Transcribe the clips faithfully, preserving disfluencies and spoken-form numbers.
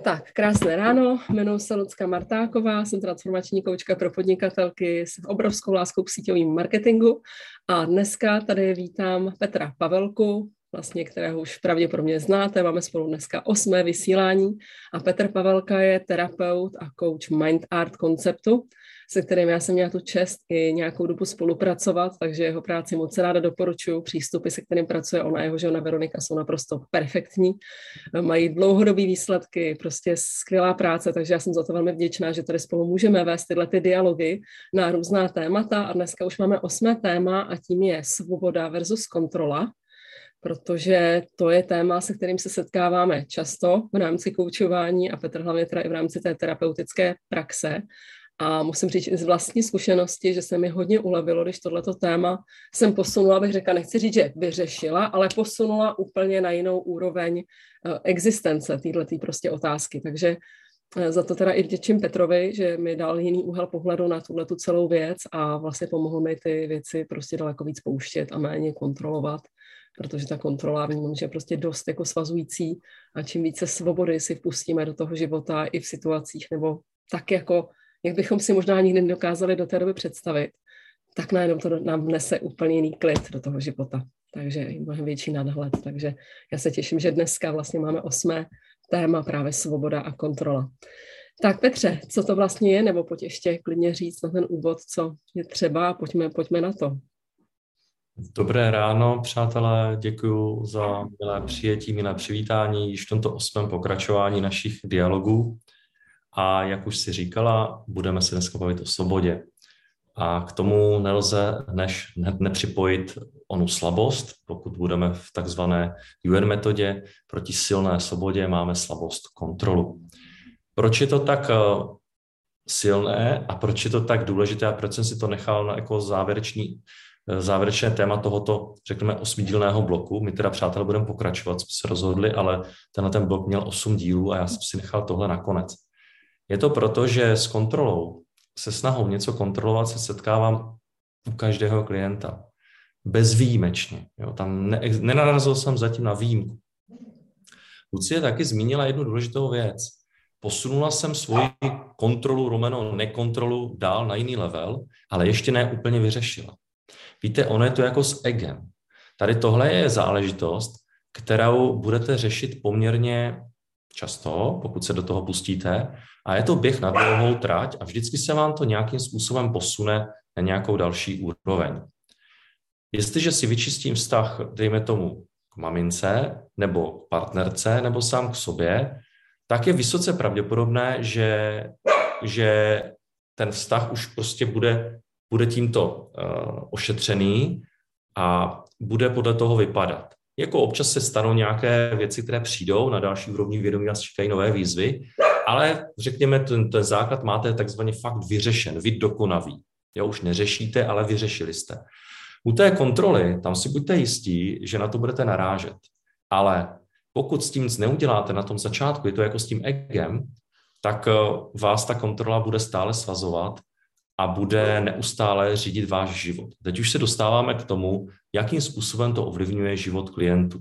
Tak, krásné ráno, jmenuji se Lucka Martáková, jsem transformační koučka pro podnikatelky s obrovskou láskou k síťovým marketingu a dneska tady vítám Petra Pavelku, vlastně, kterého už pravděpodobně znáte, máme spolu dneska osmé vysílání a Petr Pavelka je terapeut a coach Mind Art konceptu, se kterým já jsem měla tu čest i nějakou dobu spolupracovat, takže jeho práci moc ráda doporučuji. Přístupy, se kterým pracuje ona a jeho žena Veronika, jsou naprosto perfektní. Mají dlouhodobé výsledky, prostě skvělá práce, takže já jsem za to velmi vděčná, že tady spolu můžeme vést tyhle ty dialogy na různá témata a dneska už máme osmé téma a tím je svoboda versus kontrola, protože to je téma, se kterým se setkáváme často v rámci koučování a Petr hlavně teda i v rámci té terapeutické praxe. A musím říct z vlastní zkušenosti, že se mi hodně ulevilo, když tohleto téma jsem posunula, bych řekla, nechci říct, že vyřešila, ale posunula úplně na jinou úroveň existence této prostě otázky. Takže za to teda i vděčím Petrovi, že mi dal jiný úhel pohledu na tuhletu celou věc a vlastně pomohl mi ty věci prostě daleko víc pouštět a méně kontrolovat, protože ta kontrola vnímám, že je prostě dost jako svazující a čím více svobody si vpustíme do toho života i v situacích nebo tak jako jak bychom si možná nikdy nedokázali do té doby představit, tak najednou to nám vnese úplně jiný klid do toho života. Takže je mnohem větší nadhled. Takže já se těším, že dneska vlastně máme osmé téma právě svoboda a kontrola. Tak Petře, co to vlastně je, nebo pojď ještě klidně říct na ten úvod, co je třeba, pojďme, pojďme na to. Dobré ráno, přátelé, děkuji za milé přijetí, milé přivítání již v tomto osmém pokračování našich dialogů. A jak už si říkala, budeme se dneska bavit o svobodě. A k tomu nelze než nepřipojit onu slabost. Pokud budeme v takzvané U N metodě, proti silné svobodě máme slabost kontrolu. Proč je to tak silné a proč je to tak důležité a proč jsem si to nechal na jako závěrečný, závěrečné téma tohoto, řekněme, osmidílného bloku. My teda, přátelé, budeme pokračovat, jsme se rozhodli, ale tenhle ten blok měl osm dílů a já jsem si nechal tohle nakonec. Je to proto, že s kontrolou, se snahou něco kontrolovat, se setkávám u každého klienta. Bezvýjimečně. Jo, tam ne, nenarazil jsem zatím na výjimku. Lucie taky zmínila jednu důležitou věc. Posunula jsem svoji kontrolu, romeno nekontrolu dál na jiný level, ale ještě ne úplně vyřešila. Víte, ono je to jako s egem. Tady tohle je záležitost, kterou budete řešit poměrně často, pokud se do toho pustíte, a je to běh na dlouhou trať a vždycky se vám to nějakým způsobem posune na nějakou další úroveň. Jestliže si vyčistím vztah, dejme tomu, k mamince, nebo k partnerce, nebo sám k sobě, tak je vysoce pravděpodobné, že, že ten vztah už prostě bude, bude tímto uh, ošetřený a bude podle toho vypadat. Jako občas se stanou nějaké věci, které přijdou na další úrovni vědomí, vás čekají nové výzvy, ale řekněme, ten, ten základ máte takzvaně fakt vyřešen, vy dokonavý. Jo, už neřešíte, ale vyřešili jste. U té kontroly, tam si buďte jistí, že na to budete narážet. Ale pokud s tím nic neuděláte na tom začátku, je to jako s tím egem, tak vás ta kontrola bude stále svazovat a bude neustále řídit váš život. Teď už se dostáváme k tomu, jakým způsobem to ovlivňuje život klientů.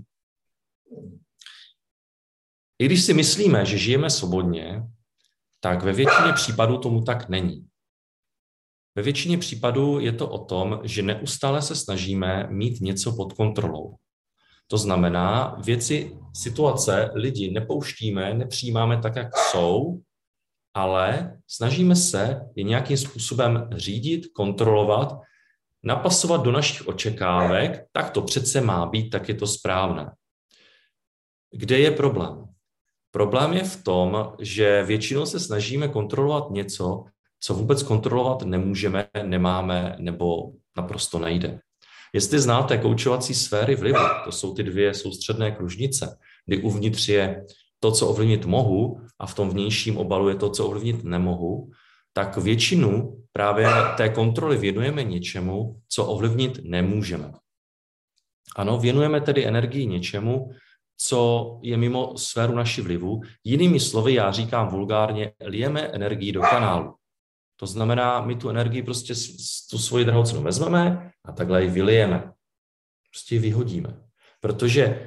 I když si myslíme, že žijeme svobodně, tak ve většině případů tomu tak není. Ve většině případů je to o tom, že neustále se snažíme mít něco pod kontrolou. To znamená, věci, situace, lidi nepouštíme, nepřijímáme tak, jak jsou, ale snažíme se je nějakým způsobem řídit, kontrolovat, napasovat do našich očekávek, tak to přece má být, tak je to správné. Kde je problém? Problém je v tom, že většinou se snažíme kontrolovat něco, co vůbec kontrolovat nemůžeme, nemáme nebo naprosto nejde. Jestli znáte koučovací sféry vlivu, to jsou ty dvě soustředné kružnice, kdy uvnitř je to, co ovlivnit mohu, a v tom vnějším obalu je to, co ovlivnit nemohu, tak většinu právě té kontroly věnujeme něčemu, co ovlivnit nemůžeme. Ano, věnujeme tedy energii něčemu, co je mimo sféru naší vlivu. Jinými slovy, já říkám vulgárně, lijeme energii do kanálu. To znamená, my tu energii prostě tu svoji drahocennou vezmeme a takhle ji vylijeme. Prostě ji vyhodíme. Protože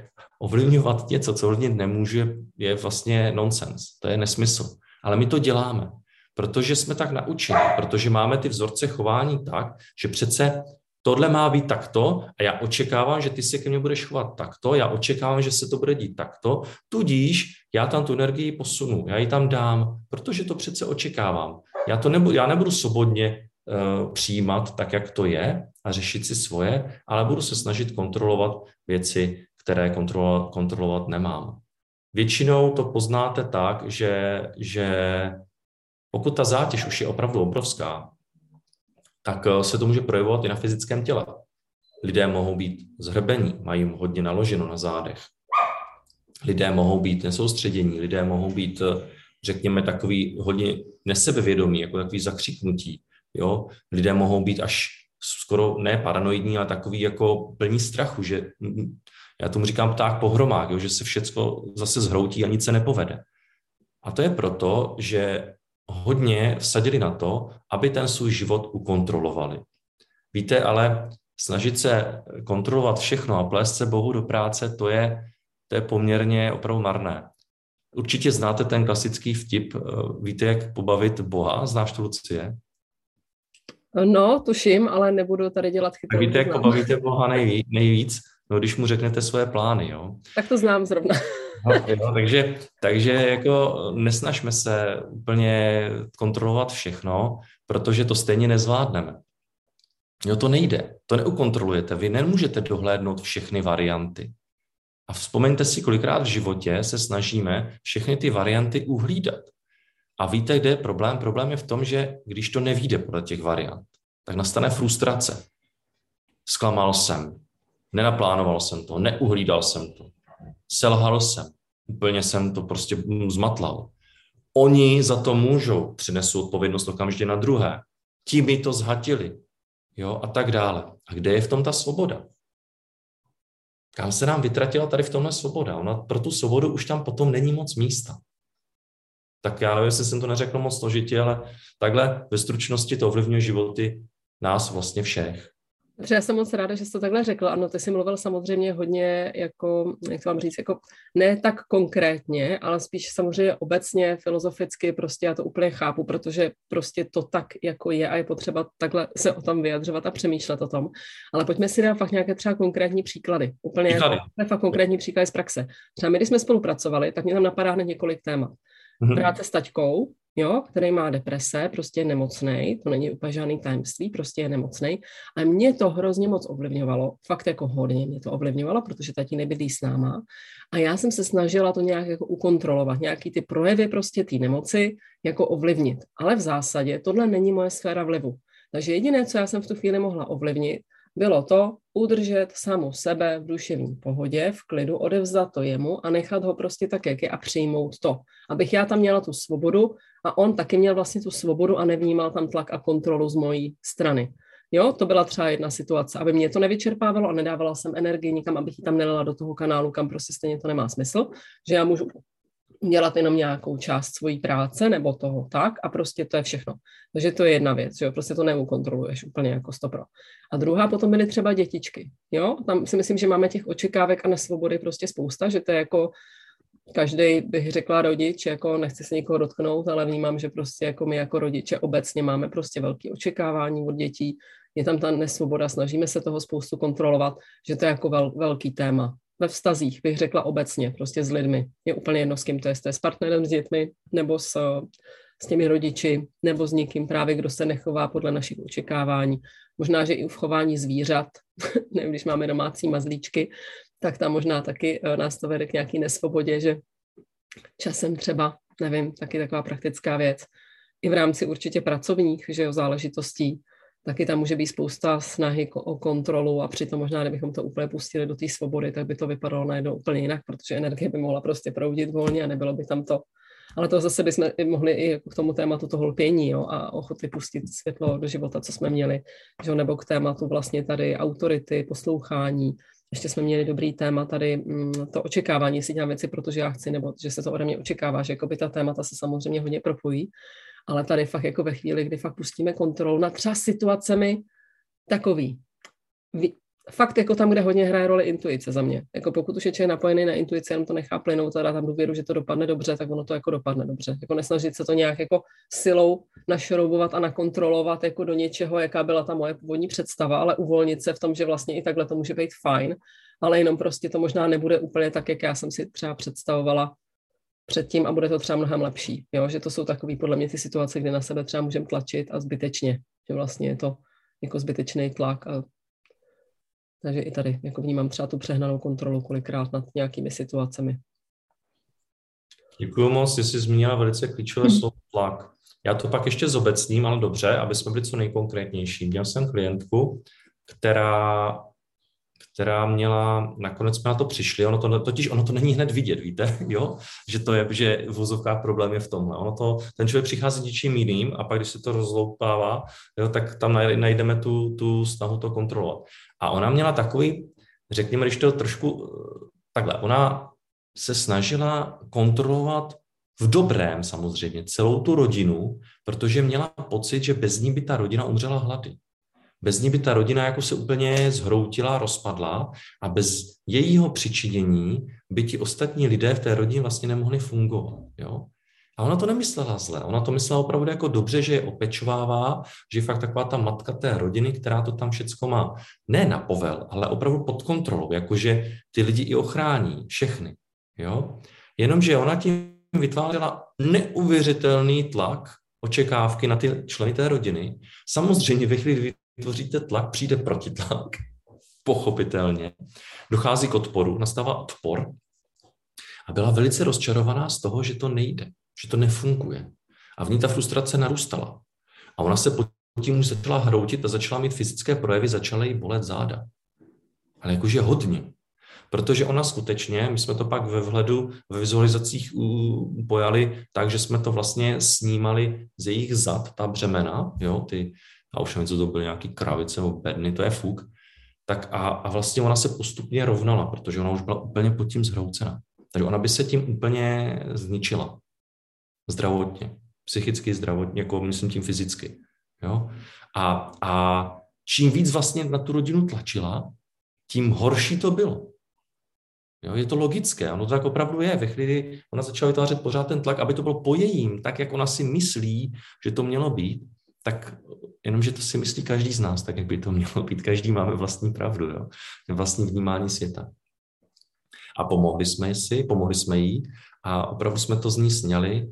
Ovlivňovat něco, co ovlivnit nemůže, je vlastně nonsens, to je nesmysl. Ale my to děláme, protože jsme tak naučeni, protože máme ty vzorce chování tak, že přece tohle má být takto a já očekávám, že ty se ke mně budeš chovat takto, já očekávám, že se to bude dít takto, tudíž já tam tu energii posunu, já ji tam dám, protože to přece očekávám. Já, to nebudu, já nebudu svobodně uh, přijímat tak, jak to je a řešit si svoje, ale budu se snažit kontrolovat věci, které kontrolovat, kontrolovat nemám. Většinou to poznáte tak, že, že pokud ta zátěž už je opravdu obrovská, tak se to může projevovat i na fyzickém těle. Lidé mohou být zhrbení, mají hodně naloženo na zádech. Lidé mohou být nesoustředění, lidé mohou být, řekněme, takový hodně nesebevědomí, jako takový zakřiknutí. Jo? Lidé mohou být až skoro ne paranoidní, ale takový jako plní strachu, že já tomu říkám pták po hromách, jo? Že se všecko zase zhroutí a nic se nepovede. A to je proto, že hodně vsadili na to, aby ten svůj život ukontrolovali. Víte, ale snažit se kontrolovat všechno a plést se Bohu do práce, to je, to je poměrně opravdu marné. Určitě znáte ten klasický vtip, víte, jak pobavit Boha, znáš to, Lucie? No, tuším, ale nebudu tady dělat chytrou. Víte, jak pobavíte Boha nejvíc, nejvíc? No, když mu řeknete svoje plány, jo? Tak to znám zrovna. No, jo, takže, takže jako nesnažme se úplně kontrolovat všechno, protože to stejně nezvládneme. Jo, to nejde, to neukontrolujete, vy nemůžete dohlédnout všechny varianty. A vzpomeňte si, kolikrát v životě se snažíme všechny ty varianty uhlídat. A víte, kde je problém? Problém je v tom, že když to nevyjde podle těch variant, tak nastane frustrace. Zklamal jsem, nenaplánoval jsem to, neuhlídal jsem to. Selhal jsem, úplně jsem to prostě zmatlal. Oni za to můžou, přinesou odpovědnost okamžitě na druhé. Ti mi to zhatili, jo, a tak dále. A kde je v tom ta svoboda? Kam se nám vytratila tady v tomhle svoboda? Ona pro tu svobodu už tam potom není moc místa. Tak já nevím, jestli jsem to neřekl moc složitě, ale takhle ve stručnosti to ovlivňuje životy nás vlastně všech. Já jsem moc ráda, že jsi to takhle řekl. Ano, ty jsi mluvil samozřejmě hodně, jako, jak to mám říct, jako ne tak konkrétně, ale spíš samozřejmě obecně, filozoficky, prostě já to úplně chápu, protože prostě to tak jako je a je potřeba takhle se o tom vyjadřovat a přemýšlet o tom. Ale pojďme si dát fakt nějaké třeba konkrétní příklady. Úplně příklady. Jako, fakt konkrétní příklady z praxe. Třeba my, když jsme spolupracovali, tak mě tam napadá hned několik témat. Mm-hmm. Práce s taťkou, jo, který má deprese, prostě je nemocnej, to není úplně žádný tajemství, prostě je nemocnej. A mě to hrozně moc ovlivňovalo, fakt jako hodně mě to ovlivňovalo, protože tatín nebydlí s náma. A já jsem se snažila to nějak jako ukontrolovat, nějaký ty projevy prostě té nemoci jako ovlivnit. Ale v zásadě tohle není moje sféra vlivu. Takže jediné, co já jsem v tu chvíli mohla ovlivnit, bylo to udržet samu sebe v duševní pohodě, v klidu, odevzdat to jemu a nechat ho prostě tak, jak je a přijmout to. Abych já tam měla tu svobodu a on taky měl vlastně tu svobodu a nevnímal tam tlak a kontrolu z mojí strany. Jo, to byla třeba jedna situace, aby mě to nevyčerpávalo a nedávala jsem energii nikam, abych ji tam nelila do toho kanálu, kam prostě stejně to nemá smysl, že já můžu dělat jenom nějakou část svojí práce nebo toho tak a prostě to je všechno. Takže to je jedna věc, jo, prostě to neukontroluješ úplně jako stopro. A druhá potom byly třeba dětičky, jo, tam si myslím, že máme těch očekávek a nesvobody prostě spousta, že to je jako každý, bych řekla, rodič, jako nechci se nikoho dotknout, ale vnímám, že prostě jako my jako rodiče obecně máme prostě velké očekávání od dětí, je tam ta nesvoboda, snažíme se toho spoustu kontrolovat, že to je jako vel, velký téma. Ve vztazích bych řekla obecně, prostě s lidmi. Je úplně jedno, s kým to je, s partnerem, s dětmi, nebo s, s těmi rodiči, nebo s někým právě, kdo se nechová podle našich očekávání. Možná, že i v chování zvířat, nevím, když máme domácí mazlíčky, tak tam možná taky nás to vede k nějaký nesvobodě, že časem třeba, nevím, taky taková praktická věc. I v rámci určitě pracovních, že jo, záležitostí, taky tam může být spousta snahy o kontrolu a přitom možná, kdybychom to úplně pustili do té svobody, tak by to vypadalo najednou úplně jinak, protože energie by mohla prostě proudit volně a nebylo by tam to. Ale to zase bychom mohli i k tomu tématu toho lpění, jo, a ochoty pustit světlo do života, co jsme měli, že, nebo k tématu vlastně tady autority, poslouchání. Ještě jsme měli dobrý téma tady, mm, to očekávání, jestli dělám věci, protože já chci, nebo že se to ode mě očekává, že jako by ta témata se samozřejmě hodně propojí. Ale tady fakt jako ve chvíli, kdy fakt pustíme kontrolu nad třeba situacemi takový. fakt jako tam, kde hodně hraje roli intuice za mě. Jako pokud už je člověk napojený na intuici, jenom to nechá plynout a dá tam důvěru, že to dopadne dobře, tak ono to jako dopadne dobře. Jako nesnažit se to nějak jako silou našroubovat a nakontrolovat jako do něčeho, jaká byla ta moje původní představa, ale uvolnit se v tom, že vlastně i takhle to může být fajn, ale jenom prostě to možná nebude úplně tak, jak já jsem si třeba představovala předtím a bude to třeba mnohem lepší. Jo? Že to jsou takový podle mě ty situace, kdy na sebe třeba můžeme tlačit a zbytečně. Že vlastně je to jako zbytečný tlak a takže i tady jako vnímám třeba tu přehnanou kontrolu kolikrát nad nějakými situacemi. Děkuju moc, jsi zmínila velice klíčové hmm. slovo tlak. Já to pak ještě zobecním, ale dobře, aby jsme byli co nejkonkrétnější. Měl jsem klientku, která, která měla, nakonec jsme na to přišli, ono to, totiž ono to není hned vidět, víte, jo? Že to je, že v vozovkách problém je v tomhle. Ono to, ten člověk přichází něčím jiným a pak, když se to rozloupává, jo, tak tam najdeme tu, tu snahu to kontrolovat. A ona měla takový, řekněme, když to trošku takhle, ona se snažila kontrolovat v dobrém samozřejmě celou tu rodinu, protože měla pocit, že bez ní by ta rodina umřela hlady. Bez ní by ta rodina jako se úplně zhroutila, rozpadla a bez jejího přičinění by ti ostatní lidé v té rodině vlastně nemohli fungovat. Jo? A ona to nemyslela zle, ona to myslela opravdu jako dobře, že je opečovává, že je fakt taková ta matka té rodiny, která to tam všecko má. Ne na povel, ale opravdu pod kontrolou, jakože ty lidi i ochrání, všechny. Jo? Jenomže ona tím vytvářela neuvěřitelný tlak, očekávky na ty členy té rodiny. Samozřejmě ve chvíli, kdy vytvoříte tlak, přijde protitlak, pochopitelně. Dochází k odporu, nastává odpor a byla velice rozčarovaná z toho, že to nejde, že to nefunguje. A v ní ta frustrace narůstala. A ona se pod tím už začala hroutit a začala mít fyzické projevy, začala jí bolet záda. Ale jakože hodně. Protože ona skutečně, my jsme to pak ve vhledu, ve vizualizacích pojali tak, že jsme to vlastně snímali z jejich zad, ta břemena, jo, ty, a už nevím, co to byly nějaký kravice nebo bedny, to je fuk, tak a, a vlastně ona se postupně rovnala, protože ona už byla úplně pod tím zhroucena. Takže ona by se tím úplně zničila. Zdravotně, psychicky, zdravotně, jako myslím tím fyzicky. Jo? A, a čím víc vlastně na tu rodinu tlačila, tím horší to bylo. Jo, je to logické, ono to tak opravdu je. Ve chvíli ona začala vytvářet pořád ten tlak, aby to bylo po jejím, tak jak ona si myslí, že to mělo být, tak jenomže to si myslí každý z nás, tak jak by to mělo být. Každý máme vlastní pravdu, jo? Vlastní vnímání světa. A pomohli jsme si, pomohli jsme jí a opravdu jsme to z ní sněli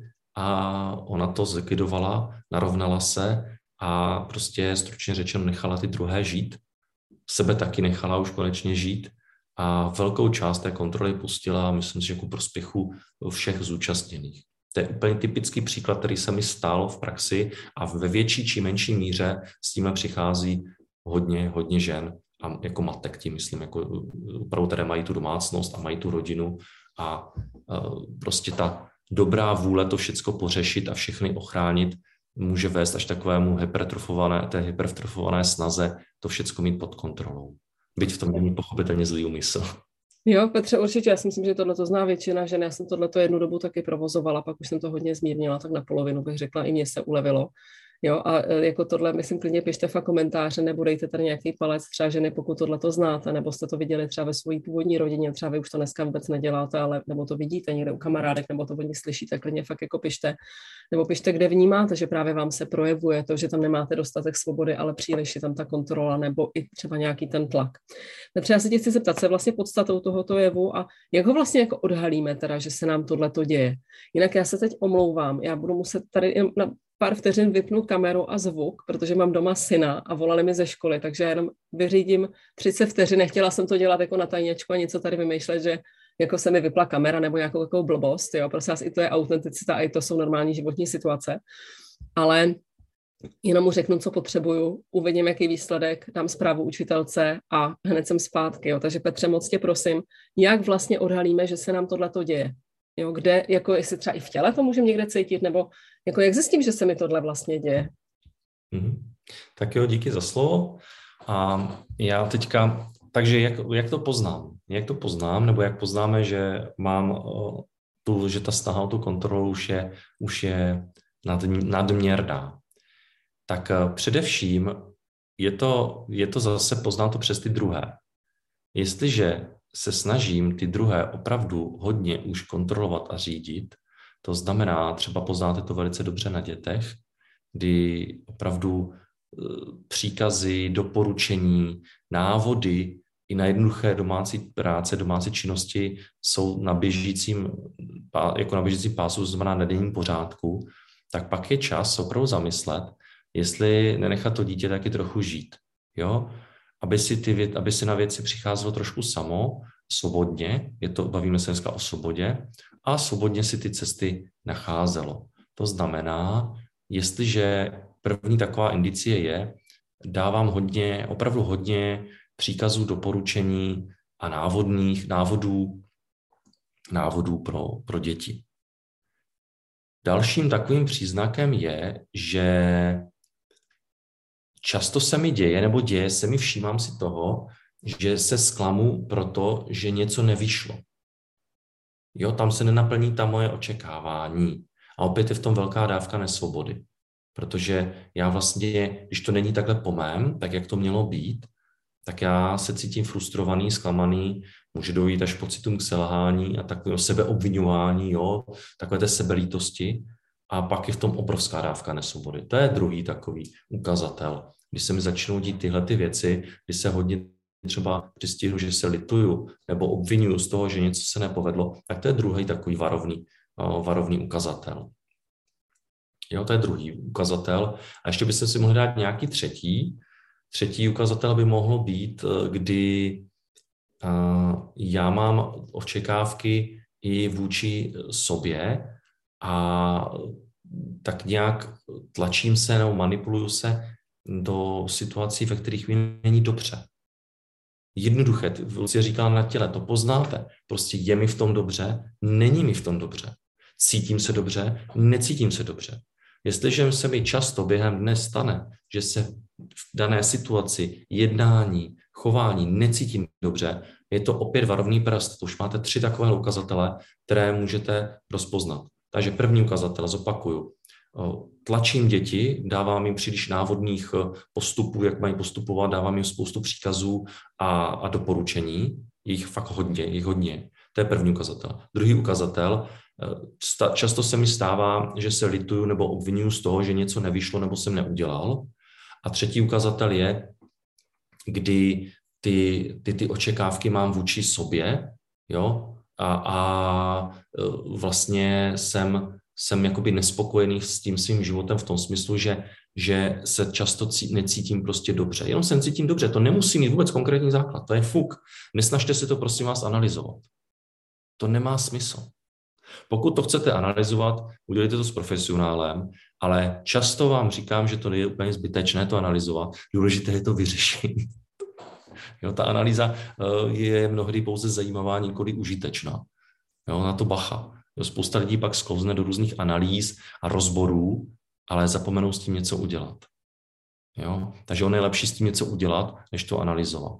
a ona to zlikvidovala, narovnala se a prostě stručně řečeno nechala ty druhé žít. Sebe taky nechala už konečně žít. A velkou část té kontroly pustila, myslím si, že ku prospěchu všech zúčastněných. To je úplně typický příklad, který se mi stál v praxi a ve větší či menší míře s tím přichází hodně, hodně žen a jako matek tím myslím, jako opravdu tady mají tu domácnost a mají tu rodinu a prostě ta dobrá vůle to všecko pořešit a všechny ochránit může vést až takovému hypertrofované, té hypertrofované snaze to všecko mít pod kontrolou. Byť v tom není pochopitelně zlý úmysl. Jo, Petře, určitě, já si myslím, že tohle to zná většina žen, já jsem tohleto jednu dobu taky provozovala, pak už jsem to hodně zmírnila, tak na polovinu bych řekla, i mně se ulevilo. Jo, a jako tohle, myslím, klidně pište fakt komentáře, nebo dejte tady nějaký palec třeba ženy, pokud tohle to znáte, nebo jste to viděli třeba ve své původní rodině, třeba vy už to dneska vůbec neděláte, ale nebo to vidíte někde u kamarádek, nebo to od nich slyšíte, klidně fakt jako pište, nebo pište, kde vnímáte, že právě vám se projevuje to, že tam nemáte dostatek svobody, ale příliš je tam ta kontrola, nebo i třeba nějaký ten tlak. Petře, já se tě chci zeptat, co je vlastně podstatou tohoto jevu a jak ho vlastně jako odhalíme teda, že se nám tohle to děje. Jinak já se teď omlouvám, já budu muset tady na pár vteřin vypnu kameru a zvuk, protože mám doma syna a volali mi ze školy, takže já jenom vyřídím třicet vteřin, nechtěla jsem to dělat jako na tajněčku a něco tady vymýšlet, že jako se mi vypla kamera nebo nějakou takovou blbost, jo, prostě i to je autenticita a i to jsou normální životní situace, ale jenom mu řeknu, co potřebuju, uvidím, jaký výsledek, dám zprávu učitelce a hned jsem zpátky, jo, takže Petře, moc tě prosím, jak vlastně odhalíme, že se nám tohleto děje? Jo, kde, jako jestli třeba i v těle to můžeme někde cítit, nebo jako jak zjistím, že se mi tohle vlastně děje? Mm-hmm. Tak jo, díky za slovo. A já teďka, takže jak, jak to poznám? Jak to poznám, nebo jak poznáme, že mám uh, tu, že ta snaha o tu kontrolu už je, už je nad, nadměrná? Tak uh, především je to, je to zase poznám to přes ty druhé. Jestliže se snažím ty druhé opravdu hodně už kontrolovat a řídit, to znamená, třeba poznáte to velice dobře na dětech, kdy opravdu příkazy, doporučení, návody i na jednoduché domácí práce, domácí činnosti jsou na běžícím, jako na běžícím pásu, to znamená na denním pořádku, tak pak je čas opravdu zamyslet, jestli nenechat to dítě taky trochu žít, jo? Aby si, ty, aby si na věci přicházelo trošku samo, svobodně, je to, bavíme se dneska o svobodě, a svobodně si ty cesty nacházelo. To znamená, jestliže první taková indicie je, dávám hodně, opravdu hodně příkazů, doporučení a návodných, návodů, návodů pro, pro děti. Dalším takovým příznakem je, že často se mi děje, nebo děje se mi, všímám si toho, že se zklamu proto, že něco nevyšlo. Jo, tam se nenaplní ta moje očekávání. A opět je v tom velká dávka nesvobody. Protože já vlastně, když to není takhle po mém, tak jak to mělo být, tak já se cítím frustrovaný, zklamaný, může dojít až pocitům k selhání a takového sebeobviňování, jo, takové té sebelítosti. A pak je v tom obrovská dávka nesvobody. To je druhý takový ukazatel. Když se mi začnou dít tyhle ty věci, kdy se hodně třeba přistihnu, že se lituju nebo obvinuju z toho, že něco se nepovedlo, tak to je druhý takový varovný, varovný ukazatel. Jo, to je druhý ukazatel. A ještě byste si mohli dát nějaký třetí. Třetí ukazatel by mohlo být, kdy já mám očekávky i vůči sobě a tak nějak tlačím se nebo manipuluju se do situací, ve kterých mi není dobře. Jednoduché, Lucie říkala na těle, to poznáte. Prostě je mi v tom dobře, není mi v tom dobře. Cítím se dobře, necítím se dobře. Jestliže se mi často během dne stane, že se v dané situaci, jednání, chování necítím dobře, je to opět varovný prst. Už máte tři takové ukazatele, které můžete rozpoznat. Takže první ukazatel, zopakuju. Tlačím děti, dávám jim příliš návodných postupů, jak mají postupovat, dávám jim spoustu příkazů a, a doporučení. Je jich fakt hodně, je jich hodně. To je první ukazatel. Druhý ukazatel, často se mi stává, že se lituju nebo obvinuju z toho, že něco nevyšlo nebo jsem neudělal. A třetí ukazatel je, kdy ty, ty, ty očekávky mám vůči sobě, jo, a, a vlastně jsem, jsem jakoby nespokojený s tím svým životem v tom smyslu, že, že se často cí, necítím prostě dobře. Jenom se necítím dobře, to nemusí mít vůbec konkrétní základ, to je fuk. Nesnažte si to prosím vás analyzovat. To nemá smysl. Pokud to chcete analyzovat, udělejte to s profesionálem, ale často vám říkám, že to je úplně zbytečné to analyzovat. Důležité je to vyřešit. Jo, ta analýza je mnohdy pouze zajímavá, nikoli užitečná. Jo, na to bacha. Jo, spousta lidí pak sklouzne do různých analýz a rozborů, ale zapomenou s tím něco udělat. Jo? Takže ono je lepší s tím něco udělat, než to analyzovat.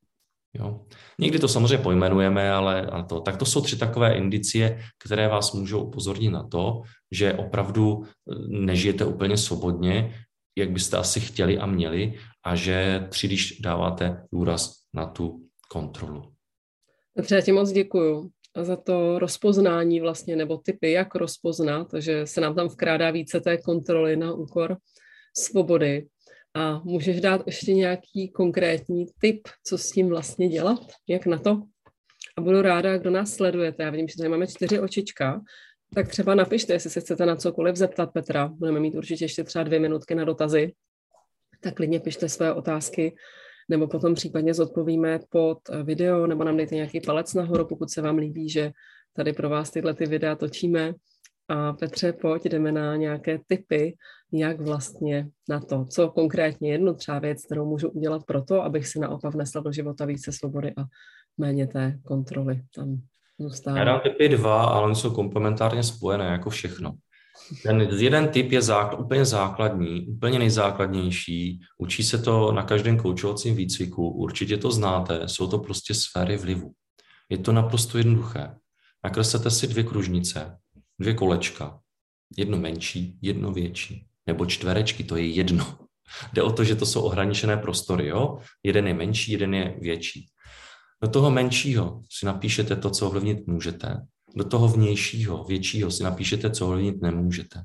Jo? Někdy to samozřejmě pojmenujeme, ale, ale to, tak to jsou tři takové indicie, které vás můžou upozornit na to, že opravdu nežijete úplně svobodně, jak byste asi chtěli a měli, a že příliš dáváte důraz na tu kontrolu. Dobře, já ti moc děkuju za to rozpoznání vlastně, nebo typy, jak rozpoznat, že se nám tam vkrádá více té kontroly na úkor svobody. A můžeš dát ještě nějaký konkrétní tip, co s tím vlastně dělat, jak na to? A budu ráda, kdo nás sledujete. Já vidím, že tady máme čtyři očička, tak třeba napište, jestli se chcete na cokoliv zeptat Petra. Budeme mít určitě ještě třeba dvě minutky na dotazy. Tak klidně pište své otázky, nebo potom případně zodpovíme pod video, nebo nám dejte nějaký palec nahoru, pokud se vám líbí, že tady pro vás tyhle ty videa točíme. A Petře, pojď, jdeme na nějaké tipy, jak vlastně na to, co konkrétně jednu třeba věc, kterou můžu udělat pro to, abych si naopak vnesla do života více svobody a méně té kontroly tam zůstává. Já dám tipy dva, ale oni jsou komplementárně spojené, jako všechno. Ten jeden tip je základ, úplně základní, úplně nejzákladnější, učí se to na každém koučovacím výcviku, určitě to znáte, jsou to prostě sféry vlivu. Je to naprosto jednoduché. Nakreslete si dvě kružnice, dvě kolečka, jedno menší, jedno větší, nebo čtverečky, to je jedno. Jde o to, že to jsou ohraničené prostory, jo? Jeden je menší, jeden je větší. Do toho menšího si napíšete to, co ovlivnit můžete. Do toho vnějšího, většího si napíšete, co ovlivnit nemůžete.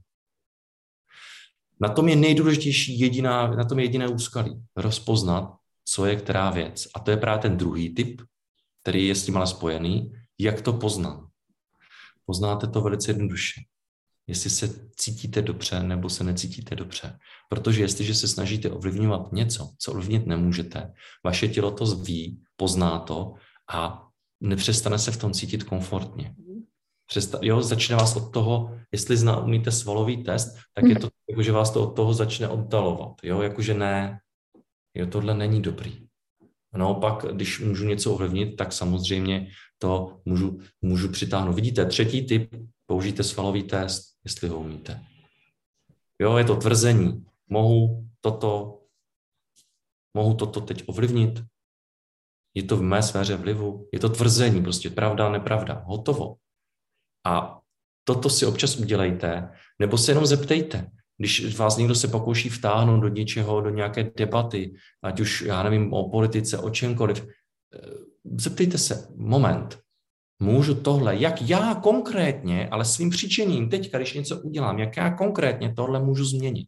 Na tom je nejdůležitější jediná, na tom je jediné úskalí. Rozpoznat, co je která věc. A to je právě ten druhý typ, který je s tím ale spojený. Jak to poznám? Poznáte to velice jednoduše. Jestli se cítíte dobře, nebo se necítíte dobře. Protože jestliže se snažíte ovlivňovat něco, co ovlivnit nemůžete, vaše tělo to ví, pozná to a nepřestane se v tom cítit komfortně. Přesta- jo, začne vás od toho, jestli zná, umíte svalový test, tak je to jako, že vás to od toho začne oddalovat. Jo, jakože ne, jo, tohle není dobrý. Naopak, když můžu něco ovlivnit, tak samozřejmě to můžu, můžu přitáhnout. Vidíte, třetí typ, použijte svalový test, jestli ho umíte. Jo, je to tvrzení. Mohu toto, mohu toto teď ovlivnit? Je to v mé sféře vlivu? Je to tvrzení, prostě pravda, nepravda. Hotovo. A toto si občas udělejte, nebo se jenom zeptejte. Když vás někdo se pokouší vtáhnout do něčeho, do nějaké debaty, ať už, já nevím, o politice, o čemkoliv, zeptejte se, moment, můžu tohle, jak já konkrétně, ale svým přičiním teďka, když něco udělám, jak já konkrétně tohle můžu změnit.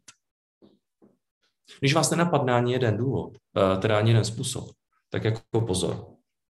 Když vás nenapadne ani jeden důvod, teda ani jeden způsob, tak jako pozor.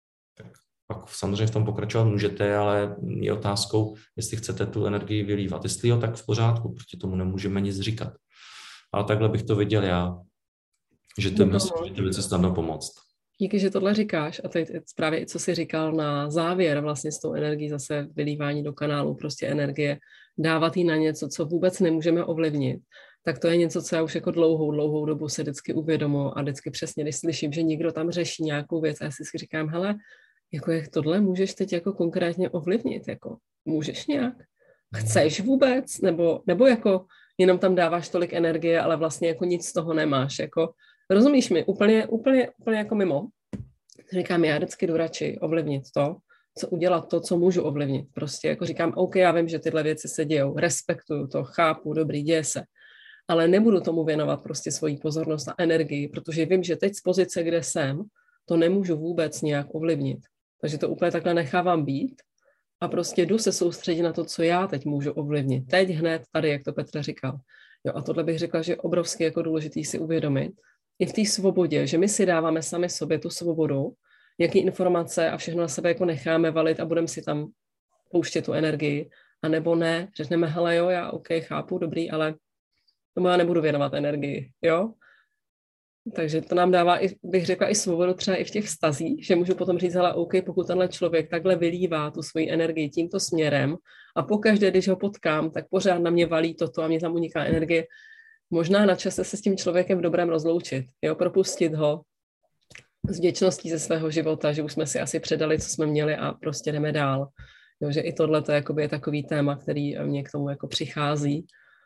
Pak samozřejmě v tom pokračovat můžete, ale je otázkou, jestli chcete tu energii vylívat. Jestli jo, tak v pořádku, proti tomu nemůžeme nic říkat. Ale takhle bych to viděl já, že to je velice snadno pomoct. Díky, že tohle říkáš. A teď právě i co jsi říkal na závěr vlastně s tou energií, zase vylívání do kanálu, prostě energie, dávat ji na něco, co vůbec nemůžeme ovlivnit. Tak to je něco, co já už jako dlouhou, dlouhou dobu se vždycky uvědomuji a vždycky přesně, když slyším, že někdo tam řeší nějakou věc a já si říkám, hele, jako jak tohle můžeš teď jako konkrétně ovlivnit, jako můžeš nějak? Chceš vůbec? Nebo, nebo jako jenom tam dáváš tolik energie, ale vlastně jako nic z toho nemáš, jako rozumíš mi? Úplně, úplně, úplně jako mimo. Říkám, já vždycky jdu radši ovlivnit to, co udělat to, co můžu ovlivnit. Prostě jako říkám, OK, já vím, že tyhle věci se dějou, respektuju to, chápu, dobrý, děje se, ale nebudu tomu věnovat prostě svoji pozornost a energii, protože vím, že teď z pozice, kde jsem, to nemůžu vůbec nějak ovlivnit. Takže to úplně takhle nechávám být a prostě jdu se soustředit na to, co já teď můžu ovlivnit. Teď hned tady, jak to Petr říkal. Jo, a tohle bych řekla, že je obrovsky jako důležitý si uvědomit. I v té svobodě, že my si dáváme sami sobě tu svobodu, jaký informace a všechno na sebe jako necháme valit a budeme si tam pouštět tu energii. A nebo ne, řekneme, hele jo, já OK, chápu, dobrý, ale tomu já nebudu věnovat energii, jo. Takže to nám dává, i, bych řekla, i svobodu třeba i v těch vztazích, že můžu potom říct, hele, OK, pokud tenhle člověk takhle vylívá tu svoji energii tímto směrem a pokaždé, když ho potkám, tak pořád na mě valí toto a mě tam uniká energie, možná na čase se s tím člověkem v dobrém rozloučit, jo, propustit ho s vděčností ze svého života, že už jsme si asi předali, co jsme měli a prostě jdeme dál. Jo, že i tohle to je takový téma, který mě k tomu jako přichází.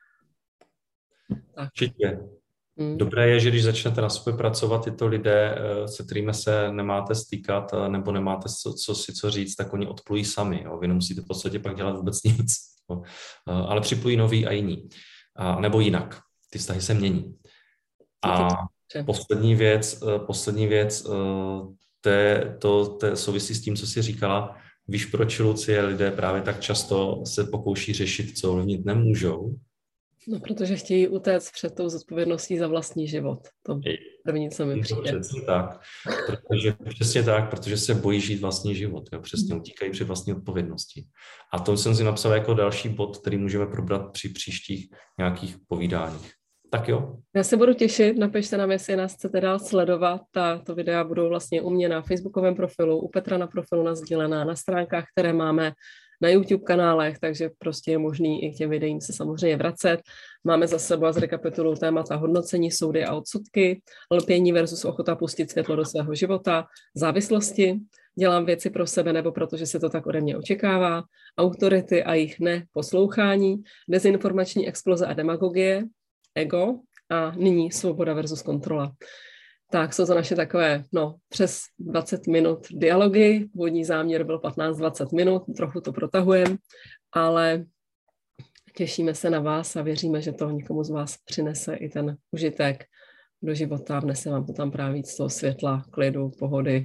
Tak. Určitě. Hmm. Dobré je, že když začnete na sobě pracovat, tyto lidé, se kterými se nemáte stýkat nebo nemáte co, co si co říct, tak oni odplují sami. Jo? Vy nemusíte v podstatě pak dělat vůbec nic. Jo? Ale připlují noví a jiní. A, nebo jinak. Ty vztahy se mění. A poslední věc, poslední věc to, je, to, to souvisí s tím, co jsi říkala. Víš, proč, Lucie, lidé právě tak často se pokouší řešit, co ovlivnit nemůžou? No, protože chtějí utéct před tou zodpovědností za vlastní život. To první, co mi přijde. Přesně tak, protože, přesně tak, protože se bojí žít vlastní život. Jo? Přesně utíkají před vlastní odpovědností. A to jsem si napsal jako další bod, který můžeme probrat při příštích nějakých povídáních. Tak jo. Já se budu těšit, napište nám, jestli nás chcete dál sledovat. Ta, to videa budou vlastně u mě na facebookovém profilu, u Petra na profilu nasdílená, na stránkách, které máme na YouTube kanálech, takže prostě je možný i k těm videím se samozřejmě vracet. Máme za sebou a zrekapituluji témata hodnocení, soudy a odsudky, lpění versus ochota pustit světlo do svého života, závislosti, dělám věci pro sebe nebo protože se to tak ode mě očekává, autority a jejich neposlouchání, dezinformační exploze a demagogie, ego a nyní svoboda versus kontrola. Tak jsou to naše takové, no, přes dvacet minut dialogy, původní záměr byl patnáct dvacet minut, trochu to protahujeme, ale těšíme se na vás a věříme, že to někomu z vás přinese i ten užitek do života, vnese vám to tam právě víc toho světla, klidu, pohody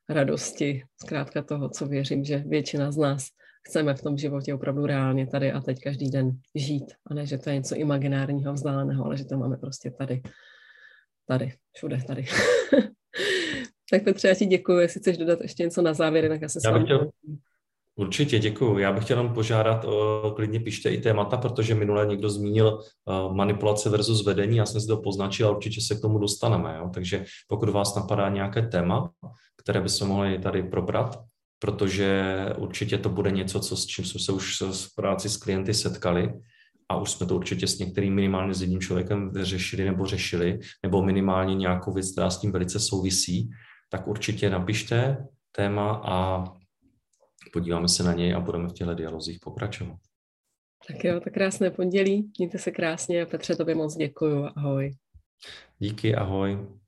radosti, zkrátka toho, co věřím, že většina z nás chceme v tom životě opravdu reálně tady a teď každý den žít. A ne, že to je něco imaginárního, vzdáleného, ale že to máme prostě tady. Tady, všude tady. Tak Petře, já ti děkuji, jestli chceš dodat ještě něco na závěr, jinak já se s vámi... Chtěl... Určitě, děkuji. Já bych chtěl jenom požádat, o, klidně pište i témata, protože minule někdo zmínil o, manipulace versus vedení, já jsem si to poznačil a určitě se k tomu dostaneme. Jo? Takže pokud vás napadá nějaké téma, které bychom mohli tady probrat, protože určitě to bude něco, co, s čím jsme se už v práci s klienty setkali a už jsme to určitě s některým minimálně s jedním člověkem řešili nebo řešili, nebo minimálně nějakou věc, která s tím velice souvisí, tak určitě napište téma a podíváme se na něj a budeme v těchto dialozích pokračovat. Tak jo, tak krásné pondělí, mějte se krásně. Petře, tobě moc děkuju, ahoj. Díky, ahoj.